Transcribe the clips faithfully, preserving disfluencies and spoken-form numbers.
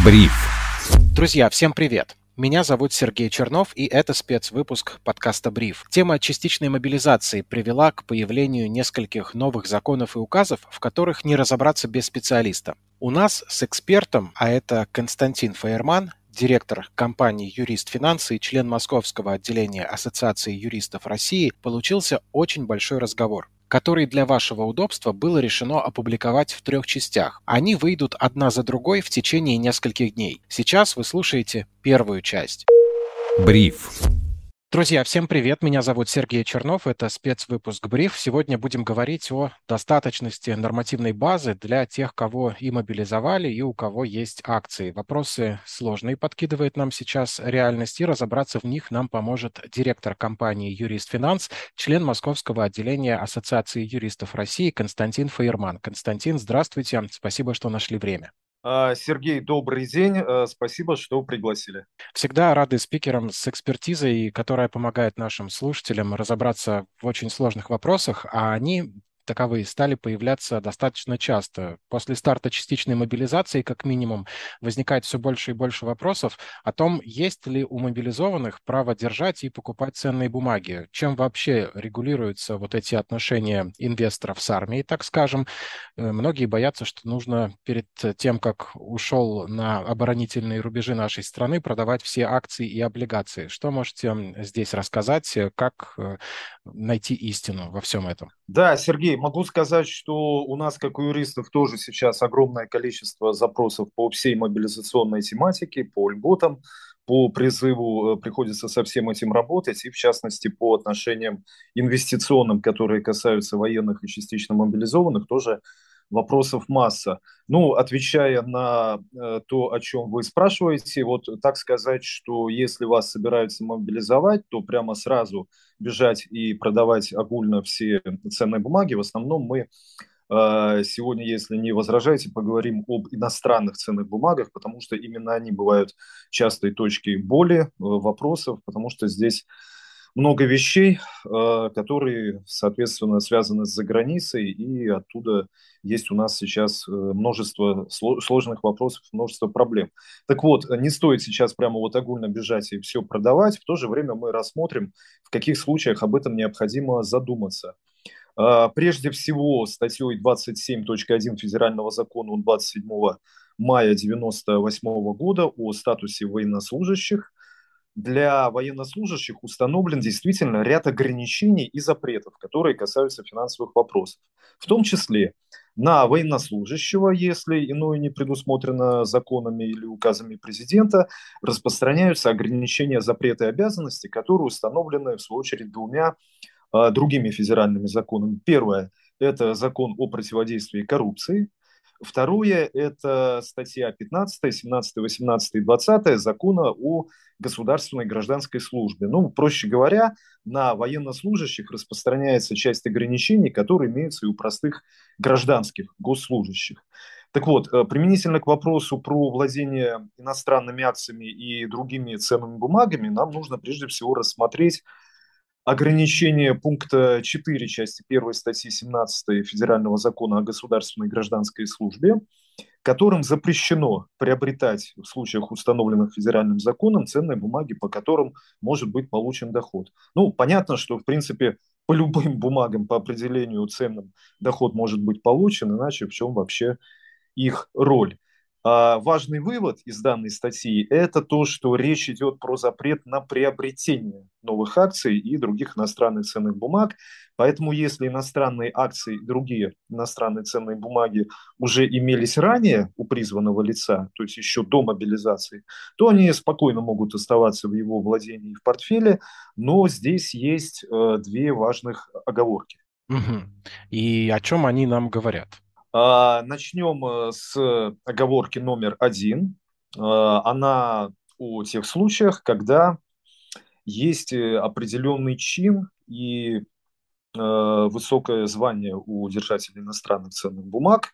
Бриф. Друзья, всем привет! Меня зовут Сергей Чернов, и это спецвыпуск подкаста «Бриф». Тема частичной мобилизации привела к появлению нескольких новых законов и указов, в которых не разобраться без специалиста. У нас с экспертом, а это Константин Фаерман, директор компании «Юрист Финансы» и член Московского отделения Ассоциации юристов России, получился очень большой разговор, который для вашего удобства было решено опубликовать в трех частях. Они выйдут одна за другой в течение нескольких дней. Сейчас вы слушаете первую часть. Бриф. Друзья, всем привет! Меня зовут Сергей Чернов, это спецвыпуск «Бриф». Сегодня будем говорить о достаточности нормативной базы для тех, кого и мобилизовали, и у кого есть акции. Вопросы сложные подкидывает нам сейчас реальность, и разобраться в них нам поможет директор компании «Юрист Финанс», член Московского отделения Ассоциации юристов России Константин Фаерман. Константин, здравствуйте, спасибо, что нашли время. Сергей, добрый день. Спасибо, что пригласили. Всегда рады спикерам с экспертизой, которая помогает нашим слушателям разобраться в очень сложных вопросах, а они таковые стали появляться достаточно часто. После старта частичной мобилизации, как минимум, возникает все больше и больше вопросов о том, есть ли у мобилизованных право держать и покупать ценные бумаги, чем вообще регулируются вот эти отношения инвесторов с армией, так скажем. Многие боятся, что нужно перед тем, как ушел на оборонительные рубежи нашей страны, продавать все акции и облигации. Что можете здесь рассказать, как найти истину во всем этом? Да, Сергей, могу сказать, что у нас, как у юристов, тоже сейчас огромное количество запросов по всей мобилизационной тематике, по льготам, по призыву приходится со всем этим работать, и в частности по отношениям инвестиционным, которые касаются военных и частично мобилизованных, тоже вопросов масса. Ну, отвечая на э, то, о чем вы спрашиваете, вот так сказать, что если вас собираются мобилизовать, то прямо сразу бежать и продавать огульно все ценные бумаги. В основном мы э, сегодня, если не возражаете, поговорим об иностранных ценных бумагах, потому что именно они бывают частой точкой боли, э, вопросов, потому что здесь много вещей, э, которые, соответственно, связаны с заграницей, и оттуда есть у нас сейчас множество сложных вопросов, множество проблем. Так вот, не стоит сейчас прямо вот огульно бежать и все продавать. В то же время мы рассмотрим, в каких случаях об этом необходимо задуматься. Прежде всего, статьей двадцать семь точка один Федерального закона от двадцать седьмого мая девяносто восьмого года о статусе военнослужащих для военнослужащих установлен действительно ряд ограничений и запретов, которые касаются финансовых вопросов. В том числе на военнослужащего, если иное не предусмотрено законами или указами президента, распространяются ограничения, запреты и обязанности, которые установлены, в свою очередь, двумя э, другими федеральными законами. Первое – это закон о противодействии коррупции. Второе – это статья пятнадцатая, семнадцатая, восемнадцатая и двадцатая закона о государственной гражданской службе. Ну, проще говоря, на военнослужащих распространяется часть ограничений, которые имеются и у простых гражданских госслужащих. Так вот, применительно к вопросу про владение иностранными акциями и другими ценными бумагами, нам нужно прежде всего рассмотреть ограничение пункта четыре части первой статьи семнадцатой Федерального закона о государственной гражданской службе, которым запрещено приобретать в случаях, установленных федеральным законом, ценные бумаги, по которым может быть получен доход. Ну, понятно, что, в принципе, по любым бумагам по определению ценным доход может быть получен, иначе в чем вообще их роль. А важный вывод из данной статьи – это то, что речь идет про запрет на приобретение новых акций и других иностранных ценных бумаг. Поэтому если иностранные акции и другие иностранные ценные бумаги уже имелись ранее у призванного лица, то есть еще до мобилизации, то они спокойно могут оставаться в его владении и в портфеле, но здесь есть э, две важных оговорки. Угу. И о чем они нам говорят? Начнем с оговорки номер один. Она о тех случаях, когда есть определенный чин и высокое звание у держателей иностранных ценных бумаг.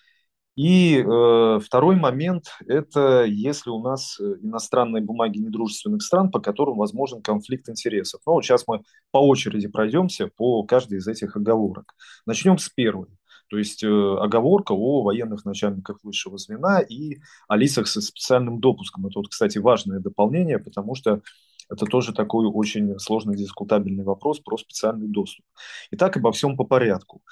И второй момент – это если у нас иностранные бумаги недружественных стран, по которым возможен конфликт интересов. Но вот сейчас мы по очереди пройдемся по каждой из этих оговорок. Начнем с первой. То есть э, оговорка о военных начальниках высшего звена и о лицах со специальным допуском. Это, вот, кстати, важное дополнение, потому что это тоже такой очень сложный дискутабельный вопрос про специальный доступ. Итак, обо всем по порядку.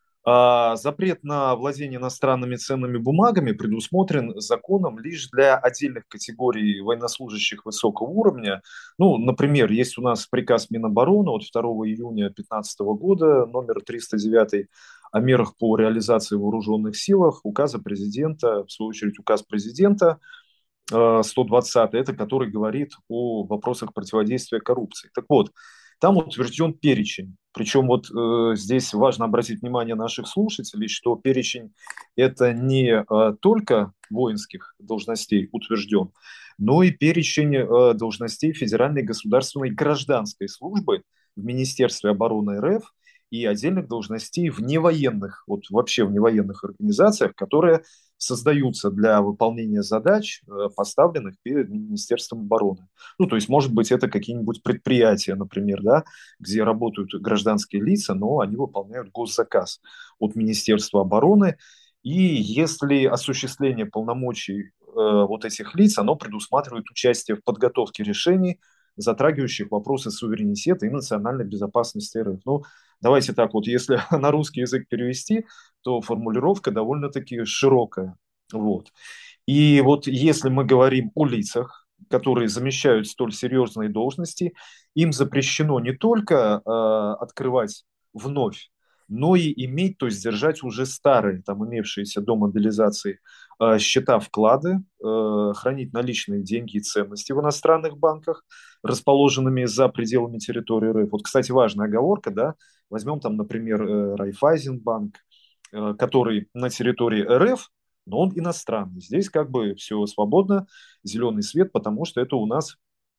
А, Запрет на владение иностранными ценными бумагами предусмотрен законом лишь для отдельных категорий военнослужащих высокого уровня. Ну, например, есть у нас приказ Минобороны от второго июня две тысячи пятнадцатого года, номер триста девять, о мерах по реализации в вооруженных силах, указа президента, в свою очередь указ президента э, сто двадцатый, это который говорит о вопросах противодействия коррупции. Так вот, там утвержден перечень. Причем вот э, здесь важно обратить внимание наших слушателей, что перечень это не э, только воинских должностей утвержден, но и перечень э, должностей Федеральной государственной гражданской службы в Министерстве обороны эр эф и отдельных должностей в невоенных, вот вообще в невоенных организациях, которые создаются для выполнения задач, э, поставленных перед Министерством обороны. Ну, то есть, может быть, это какие-нибудь предприятия, например, да, где работают гражданские лица, но они выполняют госзаказ от Министерства обороны. И если осуществление полномочий э, вот этих лиц, оно предусматривает участие в подготовке решений, затрагивающих вопросы суверенитета и национальной безопасности эр эф. Ну, давайте так вот, если на русский язык перевести, то формулировка довольно-таки широкая. Вот. И вот если мы говорим о лицах, которые замещают столь серьезные должности, им запрещено не только э, открывать вновь, но и иметь, то есть держать уже старые, там имевшиеся до мобилизации э, счета вклады, э, хранить наличные деньги и ценности в иностранных банках, расположенными за пределами территории эр эф. Вот, кстати, важная оговорка, да, возьмем там, например, э, Райфайзенбанк, э, который на территории эр эф, но он иностранный. Здесь как бы все свободно, зеленый свет, потому что это у нас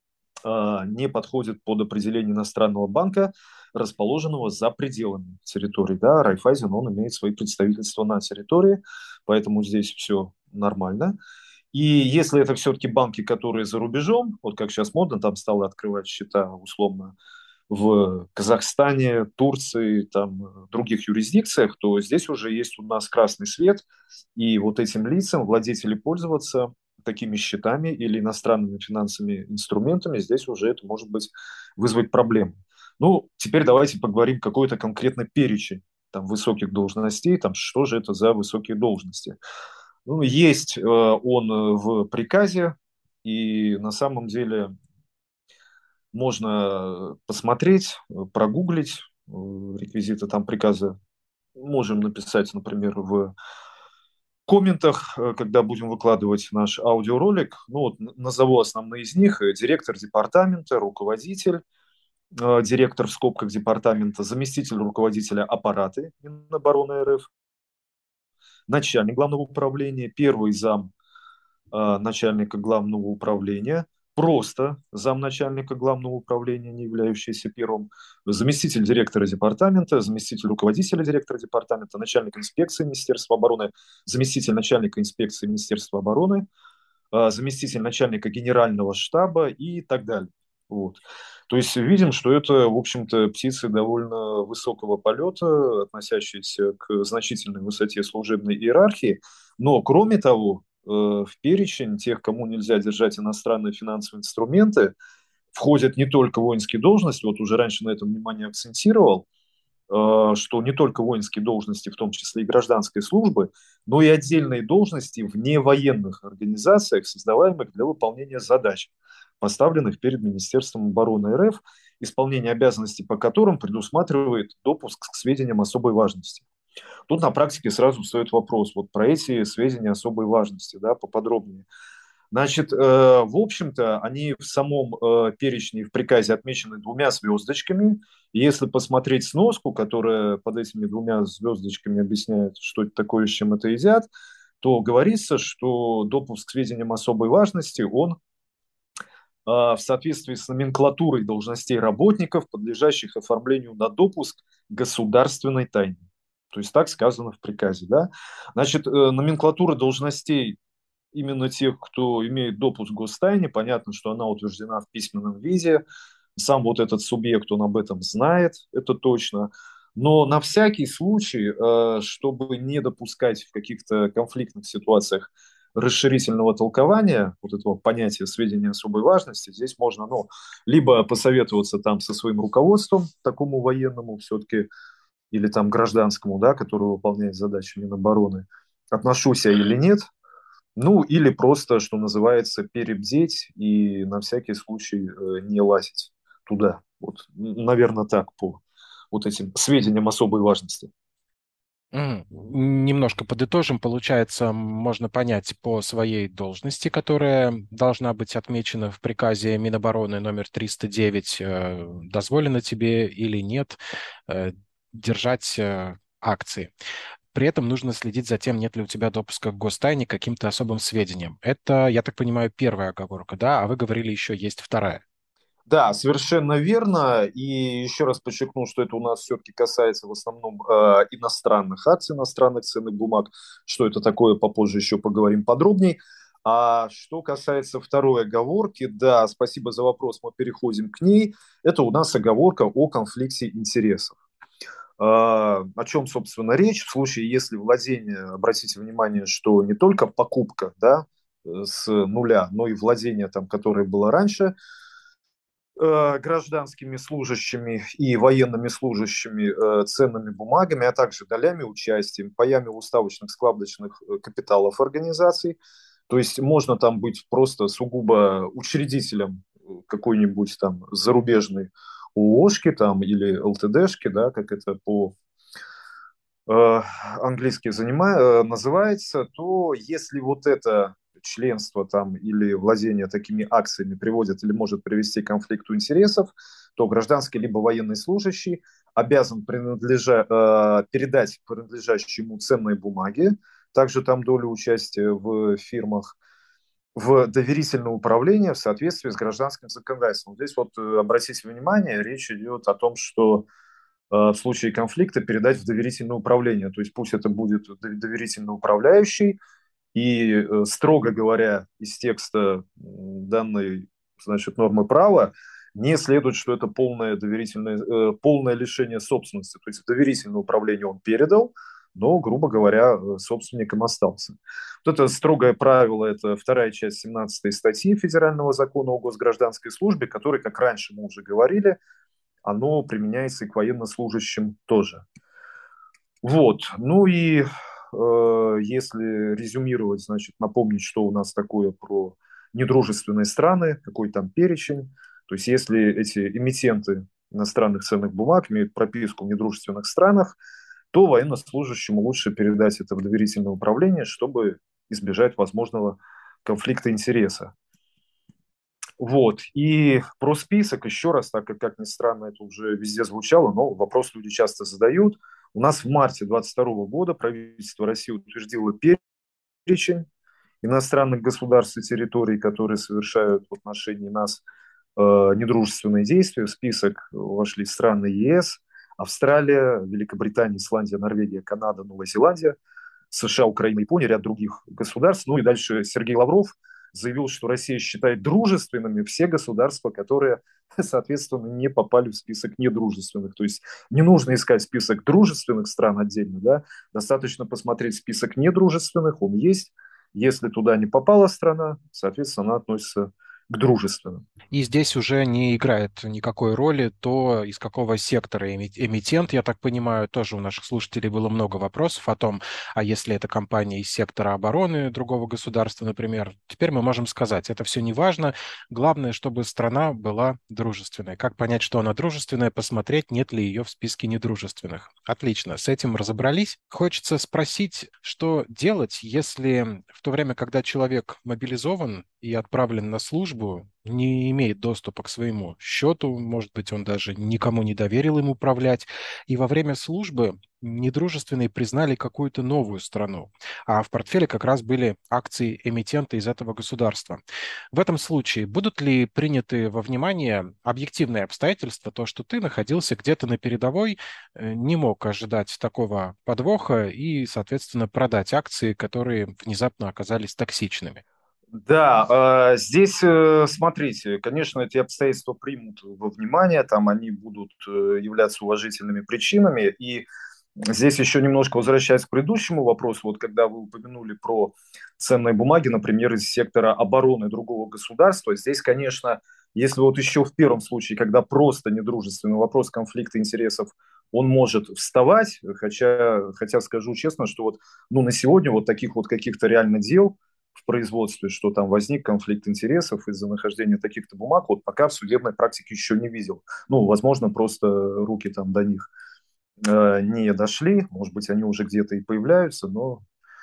а, не подходит под определение иностранного банка, расположенного за пределами территории. Да, Райфайзен, он имеет свои представительства на территории, поэтому здесь все нормально. И если это все-таки банки, которые за рубежом, вот как сейчас модно, там стало открывать счета условно в Казахстане, Турции, там, других юрисдикциях, то здесь уже есть у нас красный свет, и вот этим лицам владеть или пользоваться такими счетами или иностранными финансовыми инструментами, здесь уже это может быть вызвать проблемы. Ну, теперь давайте поговорим какой-то конкретно перечень там, высоких должностей, там, что же это за высокие должности. Ну, есть э, он в приказе, и на самом деле можно посмотреть, прогуглить э, реквизиты там приказа. Можем написать, например, в комментах, э, когда будем выкладывать наш аудиоролик. Ну, вот назову основные из них. Директор департамента, руководитель, э, директор в скобках департамента, заместитель руководителя аппарата Минобороны эр эф, начальник главного управления, первый зам э, начальника главного управления, просто замначальника главного управления, не являющийся первым, заместитель директора департамента, заместитель руководителя директора департамента, начальник инспекции Министерства обороны, заместитель начальника инспекции Министерства обороны, э, заместитель начальника генерального штаба и так далее. Вот. То есть видим, что это, в общем-то, птицы довольно высокого полета, относящиеся к значительной высоте служебной иерархии. Но, кроме того, э, в перечень тех, кому нельзя держать иностранные финансовые инструменты, входят не только воинские должности, вот уже раньше на этом внимание акцентировал, э, что не только воинские должности, в том числе и гражданской службы, но и отдельные должности в невоенных организациях, создаваемых для выполнения задач, поставленных перед Министерством обороны эр эф, исполнение обязанностей по которым предусматривает допуск к сведениям особой важности. Тут на практике сразу встает вопрос вот про эти сведения особой важности, да, поподробнее. Значит, э, в общем-то, они в самом э, перечне, в приказе отмечены двумя звездочками. И если посмотреть сноску, которая под этими двумя звездочками объясняет, что это такое, с чем это едят, то говорится, что допуск к сведениям особой важности, он э, в соответствии с номенклатурой должностей работников, подлежащих оформлению на допуск государственной тайны. То есть так сказано в приказе. Да? Значит, э, номенклатура должностей именно тех, кто имеет допуск к гостайне, понятно, что она утверждена в письменном виде, сам вот этот субъект, он об этом знает, это точно. Но на всякий случай, э, чтобы не допускать в каких-то конфликтных ситуациях расширительного толкования вот этого понятия сведения особой важности, здесь можно, ну, либо посоветоваться там со своим руководством, такому военному все-таки, или там гражданскому, да, который выполняет задачи Минобороны, отношусь я или нет, ну, или просто, что называется, перебдеть и на всякий случай э, не лазить туда. Вот, наверное, так по вот этим сведениям особой важности. Мгм. Немножко подытожим. Получается, можно понять по своей должности, которая должна быть отмечена в приказе Минобороны номер триста девять, э, дозволено тебе или нет э, держать э, акции. При этом нужно следить за тем, нет ли у тебя допуска к гостайне к каким-то особым сведениям. Это, я так понимаю, первая оговорка, да? А вы говорили, еще есть вторая. Да, совершенно верно. И еще раз подчеркну, что это у нас все-таки касается в основном э, иностранных акций, иностранных ценных бумаг. Что это такое, попозже еще поговорим подробнее. А что касается второй оговорки, да, спасибо за вопрос, мы переходим к ней. Это у нас оговорка о конфликте интересов. Э, о чем, собственно, речь в случае, если владение, обратите внимание, что не только покупка, да, э, с нуля, но и владение, там, которое было раньше, э, гражданскими служащими и военными служащими, э, ценными бумагами, а также долями, участием, паями уставочных складочных э, капиталов организаций. То есть можно там быть просто сугубо учредителем э, какой-нибудь там зарубежной ООшки там или ЛТДшки, да, как это по э, английски занима- э, называется, то если вот это членство там или владение такими акциями приводит или может привести к конфликту интересов, то гражданский либо военный служащий обязан принадлежа, э, передать принадлежащие ему ценные бумаги, также там долю участия в фирмах, в доверительное управление в соответствии с гражданским законодательством. Здесь вот э, обратите внимание, речь идет о том, что э, в случае конфликта передать в доверительное управление. То есть пусть это будет доверительно управляющий, и, э, строго говоря, из текста данной, значит, нормы права не следует, что это полное, доверительное, э, полное лишение собственности. То есть в доверительное управление он передал, но, грубо говоря, э, собственником остался. Вот это строгое правило, это вторая часть семнадцатой статьи Федерального закона о госгражданской службе, который, как раньше мы уже говорили, оно применяется и к военнослужащим тоже. Вот. Ну и э, если резюмировать, значит, напомнить, что у нас такое про недружественные страны, какой там перечень. То есть если эти эмитенты иностранных ценных бумаг имеют прописку в недружественных странах, то военнослужащему лучше передать это в доверительное управление, чтобы избежать возможного конфликта интереса. Вот. И про список еще раз, так как, как ни странно, это уже везде звучало, но вопрос люди часто задают. У нас в марте двадцать второго года правительство России утвердило перечень иностранных государств и территорий, которые совершают в отношении нас э, недружественные действия. В список вошли страны ЕС, Австралия, Великобритания, Исландия, Норвегия, Канада, Новая Зеландия, США, Украина, Япония, ряд других государств. Ну и дальше Сергей Лавров заявил, что Россия считает дружественными все государства, которые, соответственно, не попали в список недружественных. То есть не нужно искать список дружественных стран отдельно, да, достаточно посмотреть список недружественных, он есть. Если туда не попала страна, соответственно, она относится к дружественным. И здесь уже не играет никакой роли то, из какого сектора эми- эмитент, я так понимаю, тоже у наших слушателей было много вопросов о том, а если это компания из сектора обороны другого государства, например, теперь мы можем сказать, это все не важно, главное, чтобы страна была дружественной. Как понять, что она дружественная, посмотреть, нет ли ее в списке недружественных. Отлично, с этим разобрались. Хочется спросить, что делать, если в то время, когда человек мобилизован и отправлен на службу, не имеет доступа к своему счету, может быть, он даже никому не доверил им управлять, и во время службы недружественные признали какую-то новую страну, а в портфеле как раз были акции эмитента из этого государства. В этом случае будут ли приняты во внимание объективные обстоятельства, то, что ты находился где-то на передовой, э, не мог ожидать такого подвоха и, соответственно, продать акции, которые внезапно оказались токсичными? Да, э, здесь, э, смотрите, конечно, эти обстоятельства примут во внимание, там они будут э, являться уважительными причинами, и здесь еще немножко возвращаясь к предыдущему вопросу, вот когда вы упомянули про ценные бумаги, например, из сектора обороны другого государства, здесь, конечно, если вот еще в первом случае, когда просто недружественный вопрос конфликта интересов, он может вставать, хотя, хотя скажу честно, что вот ну, на сегодня вот таких вот каких-то реально дел в производстве, что там возник конфликт интересов из-за нахождения таких-то бумаг, вот пока в судебной практике еще не видел. Ну, возможно, просто руки там до них э, не дошли, может быть, они уже где-то и появляются, но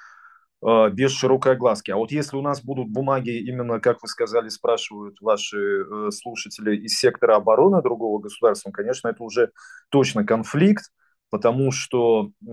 э, без широкой огласки. А вот если у нас будут бумаги, именно, как вы сказали, спрашивают ваши э, слушатели из сектора обороны другого государства, конечно, это уже точно конфликт, потому что, э,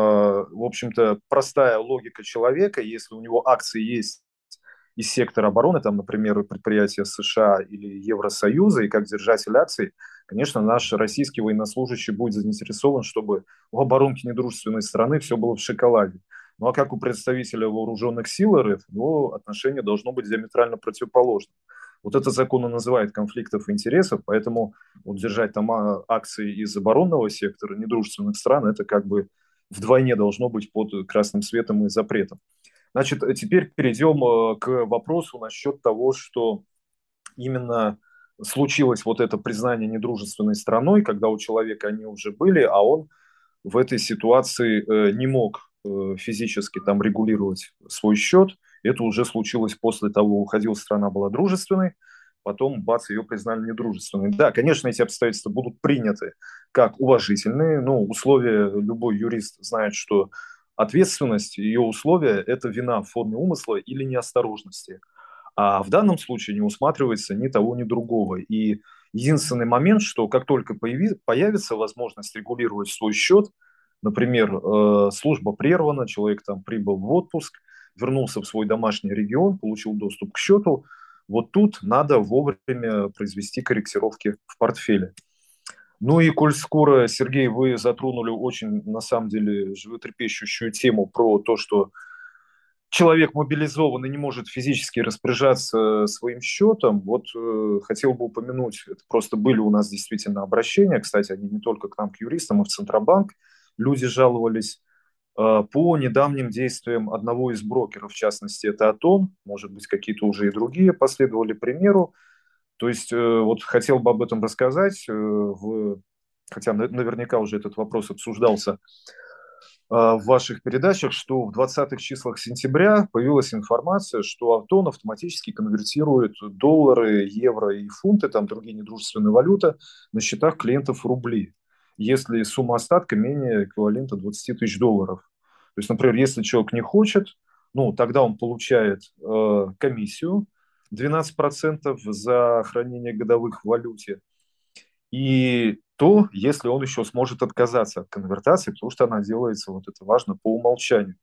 в общем-то, простая логика человека, если у него акции есть из сектора обороны, там, например, предприятия США или Евросоюза, и как держатель акций, конечно, наш российский военнослужащий будет заинтересован, чтобы у оборонки недружественной страны все было в шоколаде. Ну а как у представителя вооруженных сил РФ, его отношение должно быть диаметрально противоположным. Вот это закон и называет конфликтов интересов, поэтому вот держать там а, акции из оборонного сектора недружественных стран, это как бы вдвойне должно быть под красным светом и запретом. Значит, теперь перейдем э, к вопросу насчет того, что именно случилось вот это признание недружественной страной, когда у человека они уже были, а он в этой ситуации э, не мог э, физически там регулировать свой счет. Это уже случилось после того, уходила страна, была дружественной, потом, бац, ее признали недружественной. Да, конечно, эти обстоятельства будут приняты как уважительные, но условия, любой юрист знает, что ответственность, ее условия – это вина в форме умысла или неосторожности. А в данном случае не усматривается ни того, ни другого. И единственный момент, что как только появи, появится возможность регулировать свой счет, например, э, служба прервана, человек там прибыл в отпуск, вернулся в свой домашний регион, получил доступ к счету, вот тут надо вовремя произвести корректировки в портфеле. Ну и коль скоро, Сергей, вы затронули очень, на самом деле, животрепещущую тему про то, что человек мобилизован и не может физически распоряжаться своим счетом, вот э, хотел бы упомянуть, это просто были у нас действительно обращения, кстати, они не только к нам, к юристам, а в Центробанк, люди жаловались э, по недавним действиям одного из брокеров, в частности, это Атон, может быть, какие-то уже и другие последовали примеру, то есть э, вот хотел бы об этом рассказать, э, в... хотя наверняка уже этот вопрос обсуждался в ваших передачах, что в двадцатых числах сентября появилась информация, что Антон автоматически конвертирует доллары, евро и фунты, там другие недружественные валюты, на счетах клиентов в рубли, если сумма остатка менее эквивалента двадцать тысяч долларов. То есть, например, если человек не хочет, ну, тогда он получает э, комиссию двенадцать процентов за хранение годовых в валюте, и то, если он еще сможет отказаться от конвертации, потому что она делается, вот это важно, по умолчанию.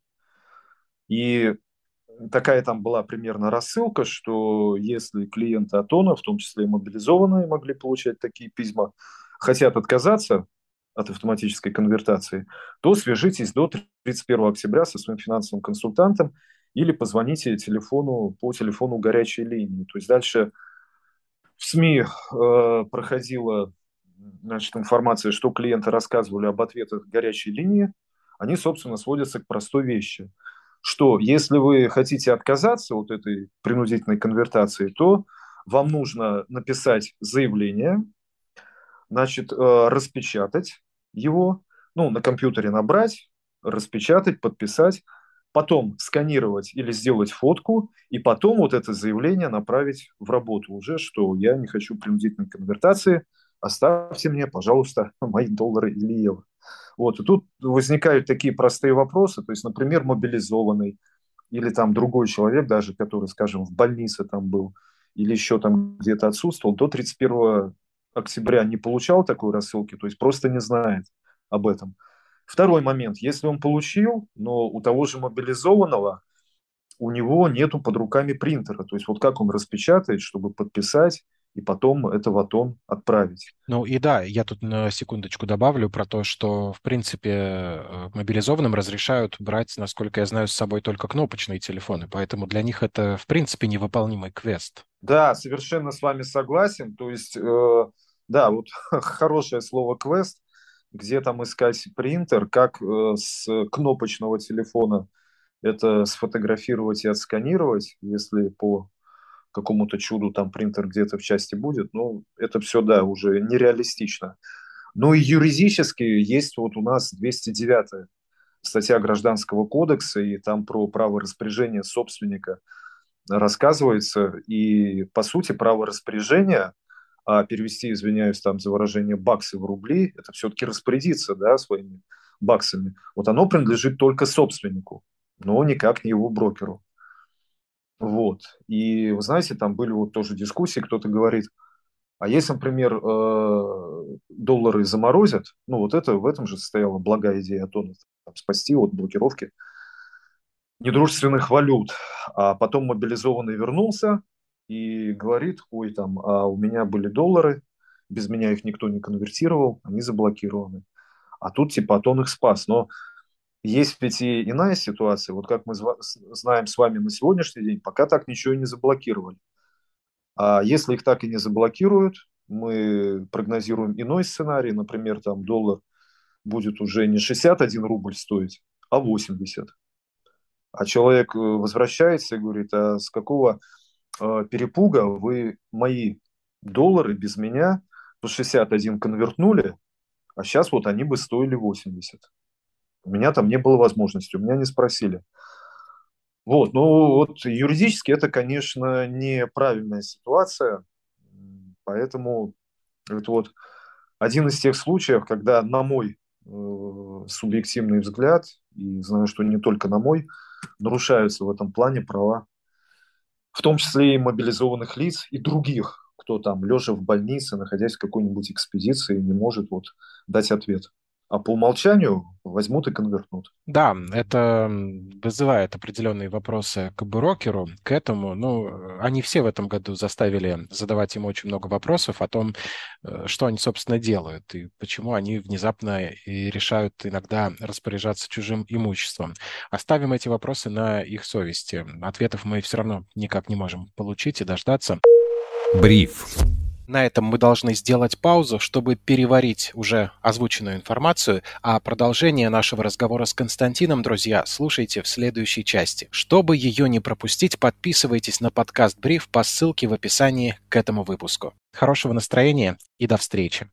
И такая там была примерно рассылка, что если клиенты Атона, в том числе и мобилизованные, могли получать такие письма, хотят отказаться от автоматической конвертации, то свяжитесь до тридцать первого октября со своим финансовым консультантом или позвоните телефону, по телефону горячей линии. То есть дальше в СМИ э, проходила, значит, информация, что клиенты рассказывали об ответах горячей линии. Они, собственно, сводятся к простой вещи, что если вы хотите отказаться от этой принудительной конвертации, то вам нужно написать заявление, значит, э, распечатать его, ну, на компьютере набрать, распечатать, подписать, потом сканировать или сделать фотку, и потом вот это заявление направить в работу уже, что я не хочу принудительной конвертации, оставьте мне, пожалуйста, мои доллары или евро. Вот, и тут возникают такие простые вопросы, то есть, например, мобилизованный или там другой человек даже, который, скажем, в больнице там был или еще там где-то отсутствовал, до тридцать первого октября не получал такой рассылки, то есть просто не знает об этом. Второй момент, если он получил, но у того же мобилизованного у него нету под руками принтера, то есть вот как он распечатает, чтобы подписать и потом это в Атон отправить. Ну и да, я тут на секундочку добавлю про то, что, в принципе, э, мобилизованным разрешают брать, насколько я знаю, с собой только кнопочные телефоны, поэтому для них это, в принципе, невыполнимый квест. Да, совершенно с вами согласен. То есть, э, да, вот хорошее слово квест, где там искать принтер, как э, с кнопочного телефона это сфотографировать и отсканировать, если по какому-то чуду там принтер где-то в части будет, ну, это все, да, уже нереалистично. Ну и юридически есть вот у нас двести девятая статья Гражданского кодекса, и там про право распоряжения собственника рассказывается, и по сути право распоряжения, а перевести, извиняюсь, там за выражение баксы в рубли, это все-таки распорядиться, да, своими баксами. Вот оно принадлежит только собственнику, но никак не его брокеру. Вот. И вы знаете, там были вот тоже дискуссии, кто-то говорит, а если, например, э, доллары заморозят, ну вот это в этом же состояла благая идея Атона, там, спасти от блокировки недружественных валют. А потом мобилизованный вернулся и говорит, ой, там, а у меня были доллары, без меня их никто не конвертировал, они заблокированы. А тут типа Атон их спас. Но есть ведь и иная ситуация. Вот как мы знаем с вами на сегодняшний день, пока так ничего и не заблокировали. А если их так и не заблокируют, мы прогнозируем иной сценарий. Например, там доллар будет уже не шестьдесят один рубль стоить, а восемьдесят. А человек э, возвращается и говорит, а с какого э, перепуга вы мои доллары без меня по шестьдесят один конвертнули, а сейчас вот они бы стоили восемьдесят. У меня там не было возможности, у меня не спросили. Вот, ну вот юридически это, конечно, неправильная ситуация, поэтому это вот один из тех случаев, когда на мой э, субъективный взгляд, и знаю, что не только на мой, нарушаются в этом плане права, в том числе и мобилизованных лиц, и других, кто там, лежа в больнице, находясь в какой-нибудь экспедиции, не может вот дать ответ. А по умолчанию возьмут и конвертнут. Да, это м, вызывает определенные вопросы к брокеру, к этому. Ну, э, они все в этом году заставили задавать ему очень много вопросов о том, э, что они, собственно, делают и почему они внезапно и решают иногда распоряжаться чужим имуществом. Оставим эти вопросы на их совести. Ответов мы все равно никак не можем получить и дождаться. Бриф. На этом мы должны сделать паузу, чтобы переварить уже озвученную информацию, а продолжение нашего разговора с Константином, друзья, слушайте в следующей части. Чтобы ее не пропустить, подписывайтесь на подкаст «Бриф» по ссылке в описании к этому выпуску. Хорошего настроения и до встречи!